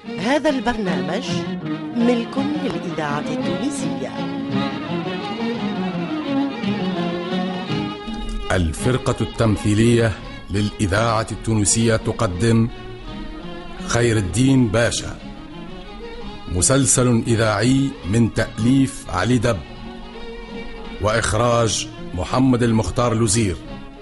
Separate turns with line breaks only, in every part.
هذا البرنامج ملك للإذاعة التونسية.
الفرقة التمثيلية للإذاعة التونسية تقدم خير الدين باشا، مسلسل إذاعي من تأليف علي دب وإخراج محمد المختار لوزير.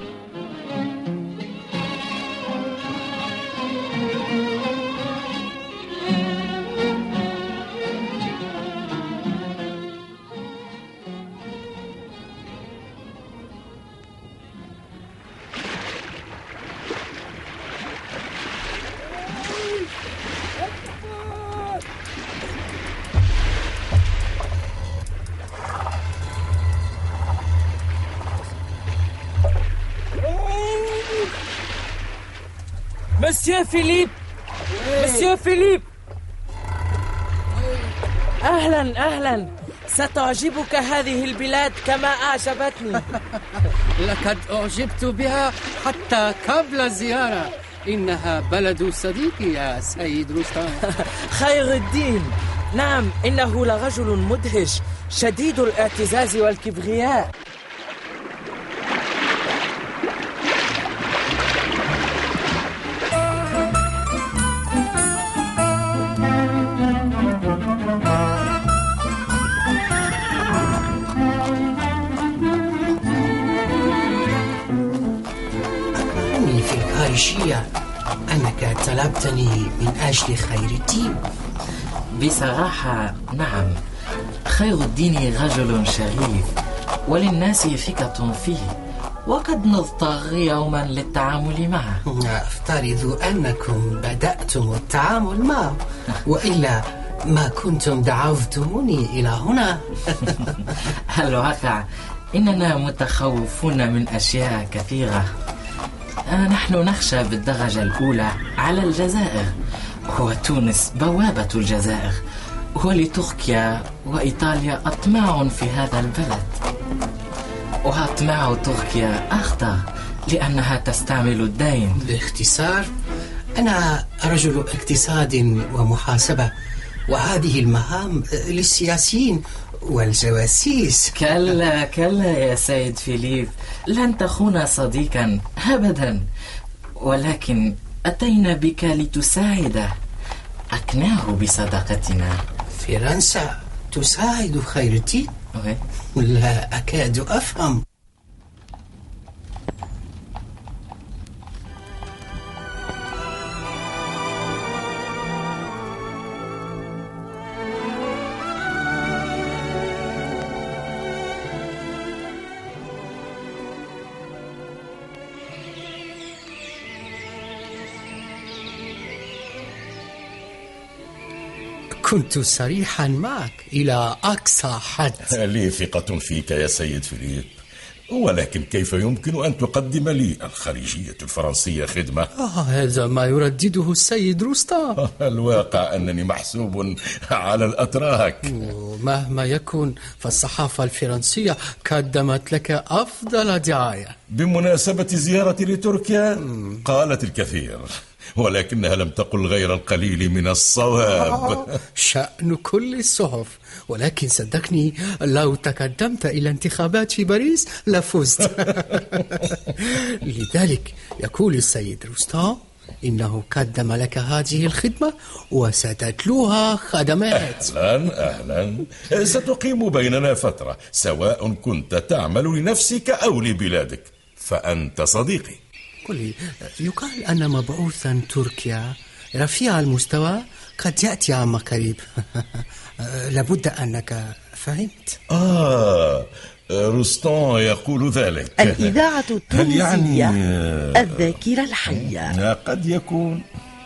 مسيو فيليب، مسيو فيليب، أهلا. ستعجبك هذه البلاد كما أعجبتني.
لقد أعجبت بها حتى قبل الزيارة. إنها بلد صديقي يا سيد رستم.
خير الدين، نعم، إنه لرجل مدهش شديد الاعتزاز والكبرياء.
أنك طلبتني من أجل خير الدين.
بصراحة نعم، خير الدين رجل شريف وللناس ثقة فيه، وقد نضطر يوما للتعامل معه.
أفترض أنكم بدأتم التعامل معه، وإلا ما كنتم دعوتموني إلى هنا.
الواقع إننا متخوفون من أشياء كثيرة. نحن نخشى بالدرجة الأولى على الجزائر، وتونس بوابة الجزائر، ولتركيا وإيطاليا أطماع في هذا البلد، وأطماع تركيا أخطر لأنها تستعمل الدين.
باختصار أنا رجل اقتصاد ومحاسبة، وهذه المهام للسياسيين والجواسيس.
كلا يا سيد فيليب، لن تخون صديقا أبدا، ولكن أتينا بك لتساعده. أقنعه بصداقتنا.
فرنسا تساعد خير الدين؟ لا أكاد أفهم. كنت صريحا معك إلى أقصى حد.
لي ثقة فيك يا سيد فيليب، ولكن كيف يمكن أن تقدم لي الخارجية الفرنسية خدمة؟
هذا ما يردده السيد رستم.
الواقع أنني محسوب على الأتراك.
مهما يكن فالصحافة الفرنسية قدمت لك أفضل دعاية.
بمناسبة زيارتي لتركيا قالت الكثير، ولكنها لم تقل غير القليل من الصواب.
شأن كل الصحف، ولكن صدقني لو تقدمت إلى انتخابات في باريس لفزت. لذلك يقول السيد رستم إنه قدم لك هذه الخدمة وستتلوها خدمات.
أهلا، ستقيم بيننا فترة، سواء كنت تعمل لنفسك أو لبلادك، فأنت صديقي.
قولي، يقال أن مبعوثا تركيا رفيع المستوى قد يأتي عام قريب. لابد أنك فهمت.
رستم يقول ذلك.
الإذاعة التونسية الذاكرة الحية.
قد يكون،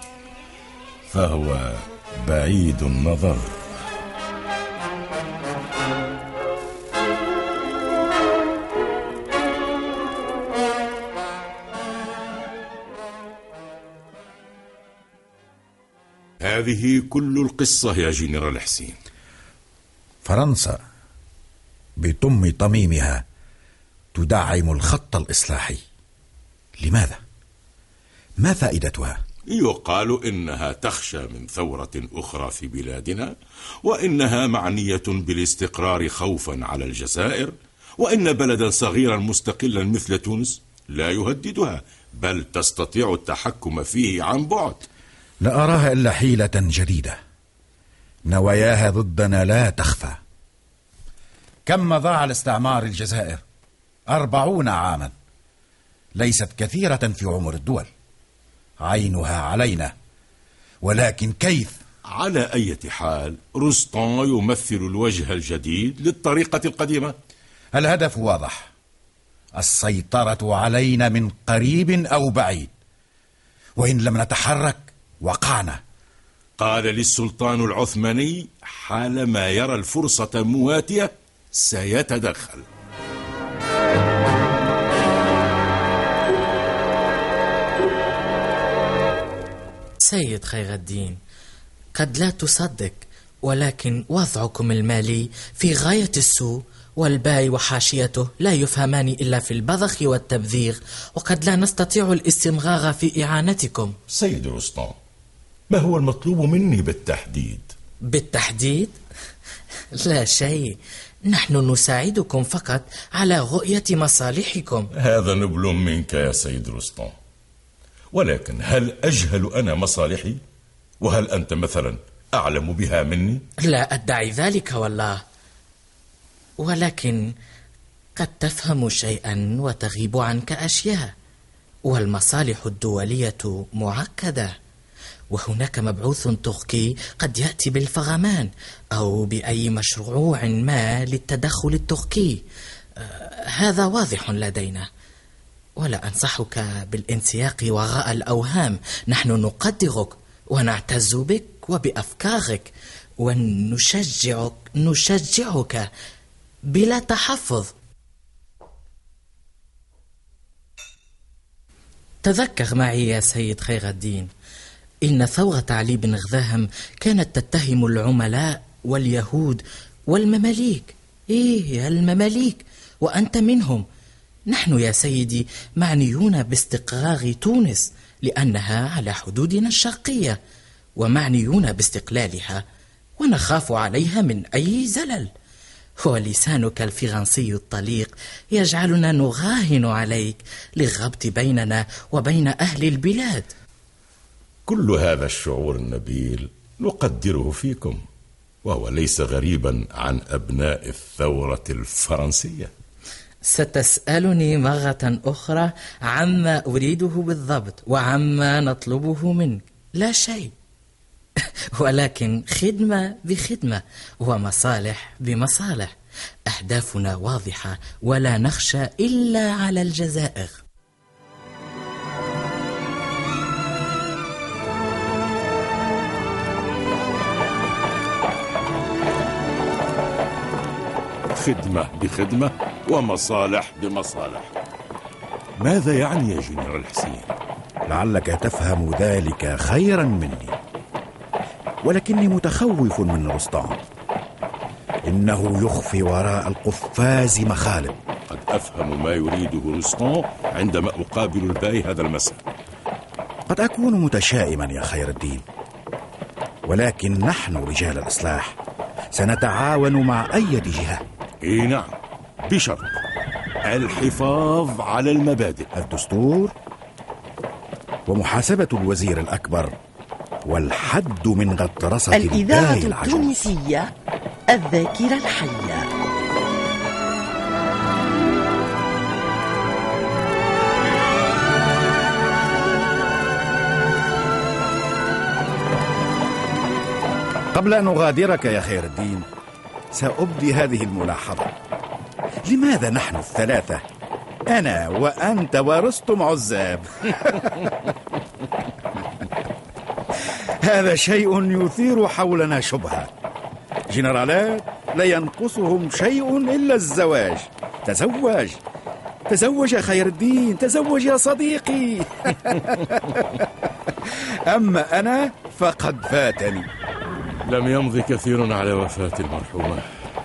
فهو بعيد النظر. هذه كل القصة يا جنرال حسين.
فرنسا بتم طميمها تدعم الخط الإصلاحي. لماذا؟ ما فائدتها؟
يقال إنها تخشى من ثورة أخرى في بلادنا، وإنها معنية بالاستقرار خوفا على الجزائر، وإن بلدا صغيرا مستقلا مثل تونس لا يهددها، بل تستطيع التحكم فيه عن بعد.
لا أراها إلا حيلة جديدة، نواياها ضدنا لا تخفى. كم مضى على استعمار الجزائر؟ 40 عاما، ليست كثيرة في عمر الدول، عينها علينا، ولكن كيف؟
على أي حال رستان يمثل الوجه الجديد للطريقة القديمة.
الهدف واضح، السيطرة علينا من قريب أو بعيد، وإن لم نتحرك وقعنا.
قال للسلطان العثماني حالما يرى الفرصة مواتية سيتدخل.
سيد خير الدين، قد لا تصدق، ولكن وضعكم المالي في غاية السوء، والباي وحاشيته لا يفهمان إلا في البذخ والتبذير، وقد لا نستطيع الاستمرار في إعانتكم.
سيد رستان، ما هو المطلوب مني بالتحديد؟
بالتحديد؟ لا شيء، نحن نساعدكم فقط على رؤية مصالحكم.
هذا نبل منك يا سيد رستان، ولكن هل أجهل أنا مصالحي؟ وهل أنت مثلا أعلم بها مني؟
لا أدعي ذلك والله، ولكن قد تفهم شيئا وتغيب عنك أشياء، والمصالح الدولية معقدة، وهناك مبعوث تركي قد يأتي بالفغمان أو بأي مشروع ما للتدخل التركي. هذا واضح لدينا، ولا أنصحك بالانسياق وراء الأوهام. نحن نقدرك ونعتز بك وبأفكارك، ونشجعك بلا تحفظ. تذكر معي يا سيد خير الدين، إن ثورة علي بن غذاهم كانت تتهم العملاء واليهود والمماليك. المماليك، وأنت منهم. نحن يا سيدي معنيون باستقرار تونس لأنها على حدودنا الشرقية، ومعنيون باستقلالها، ونخاف عليها من أي زلل. ولسانك الفرنسي الطليق يجعلنا نراهن عليك للربط بيننا وبين أهل البلاد.
كل هذا الشعور النبيل نقدره فيكم، وهو ليس غريبا عن أبناء الثورة الفرنسية.
ستسألني مرة أخرى عما أريده بالضبط وعما نطلبه منك. لا شيء، ولكن خدمة بخدمة ومصالح بمصالح. أهدافنا واضحة، ولا نخشى إلا على الجزائر.
خدمة بخدمة ومصالح بمصالح. ماذا يعني يا جنرال حسين؟
لعلك تفهم ذلك خيرا مني، ولكني متخوف من رستان، إنه يخفي وراء القفاز مخالب.
قد أفهم ما يريده رستان عندما أقابل الباي هذا المساء.
قد أكون متشائما يا خير الدين، ولكن نحن رجال الإصلاح سنتعاون مع أي جهة.
نعم، بشرط الحفاظ على المبادئ،
الدستور ومحاسبة الوزير الأكبر، والحد من غطرسة
الإذاعة التونسية، الذاكرة الحية.
قبل أن أغادرك يا خير الدين، سأبدي هذه الملاحظة. لماذا نحن الثلاثة، أنا وأنت ورستم عزاب؟ هذا شيء يثير حولنا شبهة. جنرالات لا ينقصهم شيء إلا الزواج. تزوج يا خير الدين، تزوج يا صديقي. أما أنا فقد فاتني.
لم يمض كثير على وفاة المرحومة،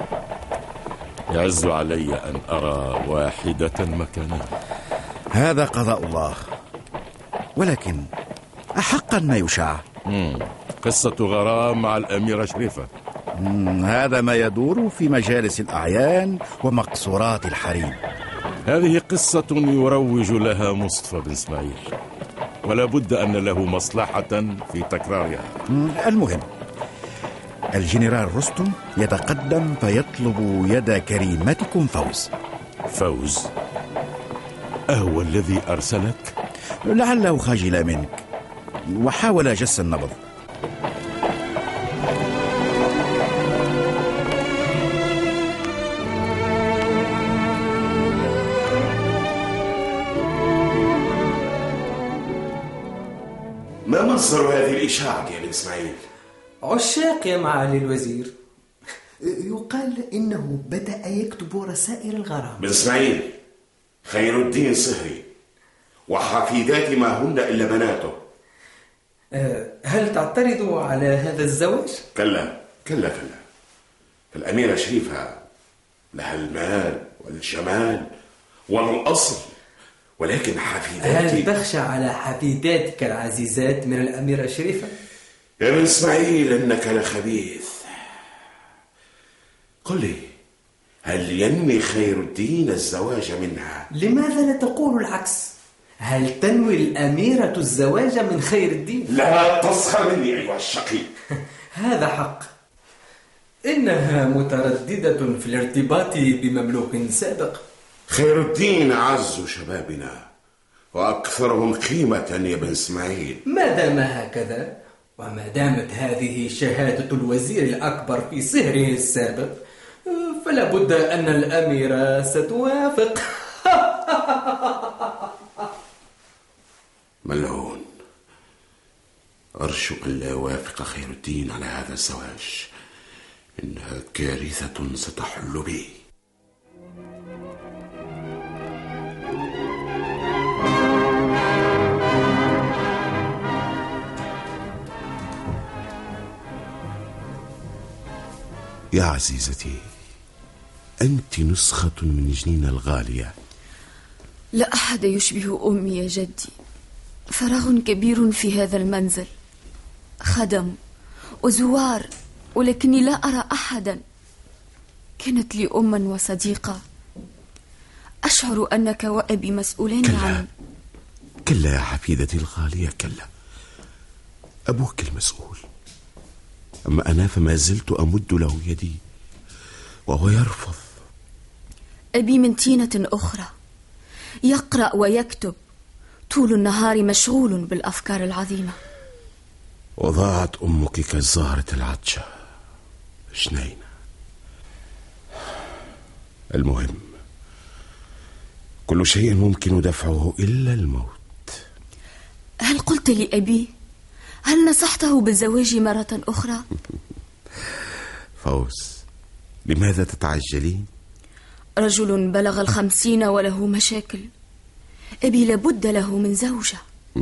يعز علي أن أرى واحدة مكانها.
هذا قضاء الله، ولكن أحقا ما يشاع؟
قصة غرام مع الأميرة شريفة.
هذا ما يدور في مجالس الأعيان ومقصورات الحريم.
هذه قصة يروج لها مصطفى بن إسماعيل، ولا بد أن له مصلحة في تكرارها.
المهم، الجنرال رستم يتقدم فيطلب يد كريمتكم فوز.
فوز؟ أهو الذي أرسلك؟
لعله خجل منك وحاول جس النبض.
ما مصدر هذه الإشاعة يا بن إسماعيل؟
عشاق يا معالي الوزير.
يقال إنه بدأ يكتب رسائل الغرام.
بن إسماعيل، خير الدين صهري وحفيدات ما هن إلا بناته.
هل تعترض على هذا الزواج؟
كلا كلا كلا، فالأميرة شريفة لها المال والجمال والأصل، ولكن حفيداتي...
هل تخشى على حفيداتك العزيزات من الأميرة شريفة؟
يا بن إسماعيل إنك لخبيث. قل لي، هل ينوي خير الدين الزواج منها؟
لماذا لا تقول العكس؟ هل تنوي الأميرة الزواج من خير الدين؟
لا تسخر مني أيها الشقي.
هذا حق. إنها مترددة في الارتباط بمملوك سابق.
خير الدين أعز شبابنا وأكثرهم قيمة يا بن إسماعيل.
ما دام هكذا، وما دامت هذه شهادة الوزير الأكبر في صهره السابق، فلا بد أن الأميرة ستوافق.
ملعون، أرجو أن لا يوافق خير الدين على هذا الزواج، إنها كارثة ستحل بي. يا عزيزتي، أنت نسخة من جنين الغالية.
لا أحد يشبه أمي يا جدي. فراغ كبير في هذا المنزل، خدم وزوار، ولكني لا أرى أحدا. كانت لي أما وصديقة. أشعر أنك وأبي مسؤولين عنه.
كلا يا حفيدتي الغالية، كلا. أبوك المسؤول، أما أنا فما زلت أمد له يدي وهو يرفض.
أبي من طينة أخرى، يقرأ ويكتب طول النهار، مشغول بالأفكار العظيمة.
وضاعت أمك كالزهرة العطشة جنينة. المهم، كل شيء ممكن دفعه إلا الموت.
هل قلت لأبي؟ هل نصحته بالزواج مرة أخرى؟
فوز، لماذا تتعجلين؟
رجل بلغ 50 وله مشاكل. أبي لابد له من زوجة.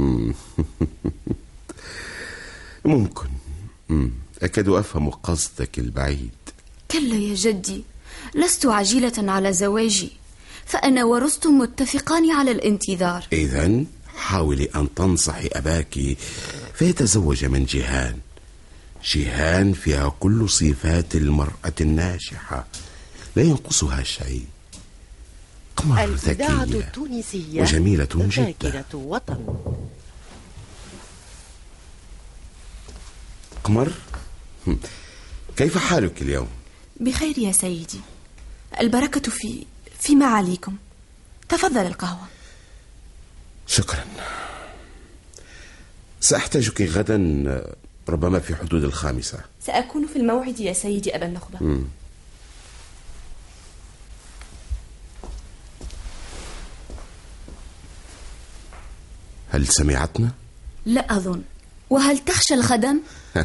ممكن. أكاد أفهم قصدك البعيد.
كلا يا جدي، لست عجيلة على زواجي، فأنا ورستم متفقان على الانتظار.
إذن حاولي أن تنصحي أباك فيتزوج من جيهان. جيهان فيها كل صفات المرأة الناجحة، لا ينقصها شيء. قمر ذكية وجميلة جدا. قمر، كيف حالك اليوم؟
بخير يا سيدي، البركة في معاليكم. تفضل القهوة.
شكرا. سأحتاجك غدا، ربما في حدود 5.
سأكون في الموعد يا سيدي أبا النخبة.
هل سمعتنا؟
لا أظن. وهل تخشى الخدم؟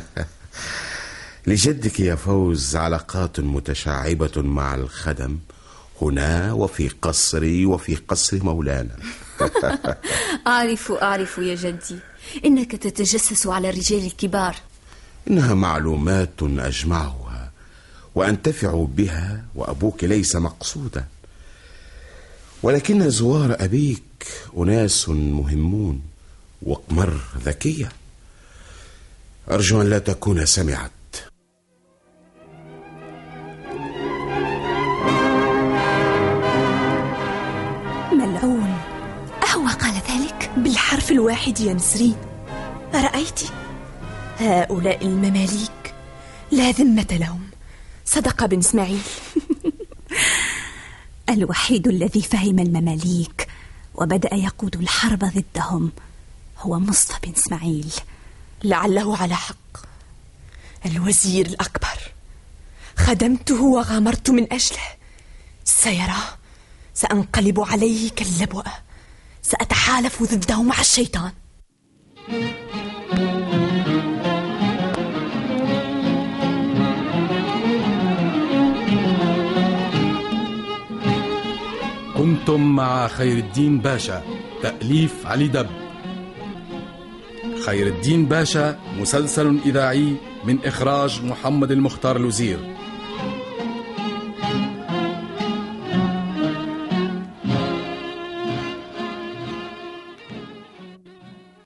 لجدك يا فوز علاقات متشعبة مع الخدم، هنا وفي قصري وفي قصر مولانا.
أعرف يا جدي، إنك تتجسس على الرجال الكبار.
إنها معلومات أجمعها وأنتفع بها، وأبوك ليس مقصودا، ولكن زوار أبيك أناس مهمون، وقمر ذكية. أرجو أن لا تكون سمعت.
ملعون، أهو قال ذلك بالحرف الواحد يا نسرين؟ أرأيت هؤلاء المماليك لا ذمة لهم. صدق بن إسماعيل.
الوحيد الذي فهم المماليك وبدأ يقود الحرب ضدهم هو مصطفى بن إسماعيل.
لعله على حق. الوزير الأكبر خدمته وغامرت من أجله. سيرى، سأنقلب عليه كاللبوة، سأتحالف ضده مع الشيطان.
كنتم مع خير الدين باشا، تأليف علي دب. خير الدين باشا مسلسل إذاعي من إخراج محمد المختار لوزير.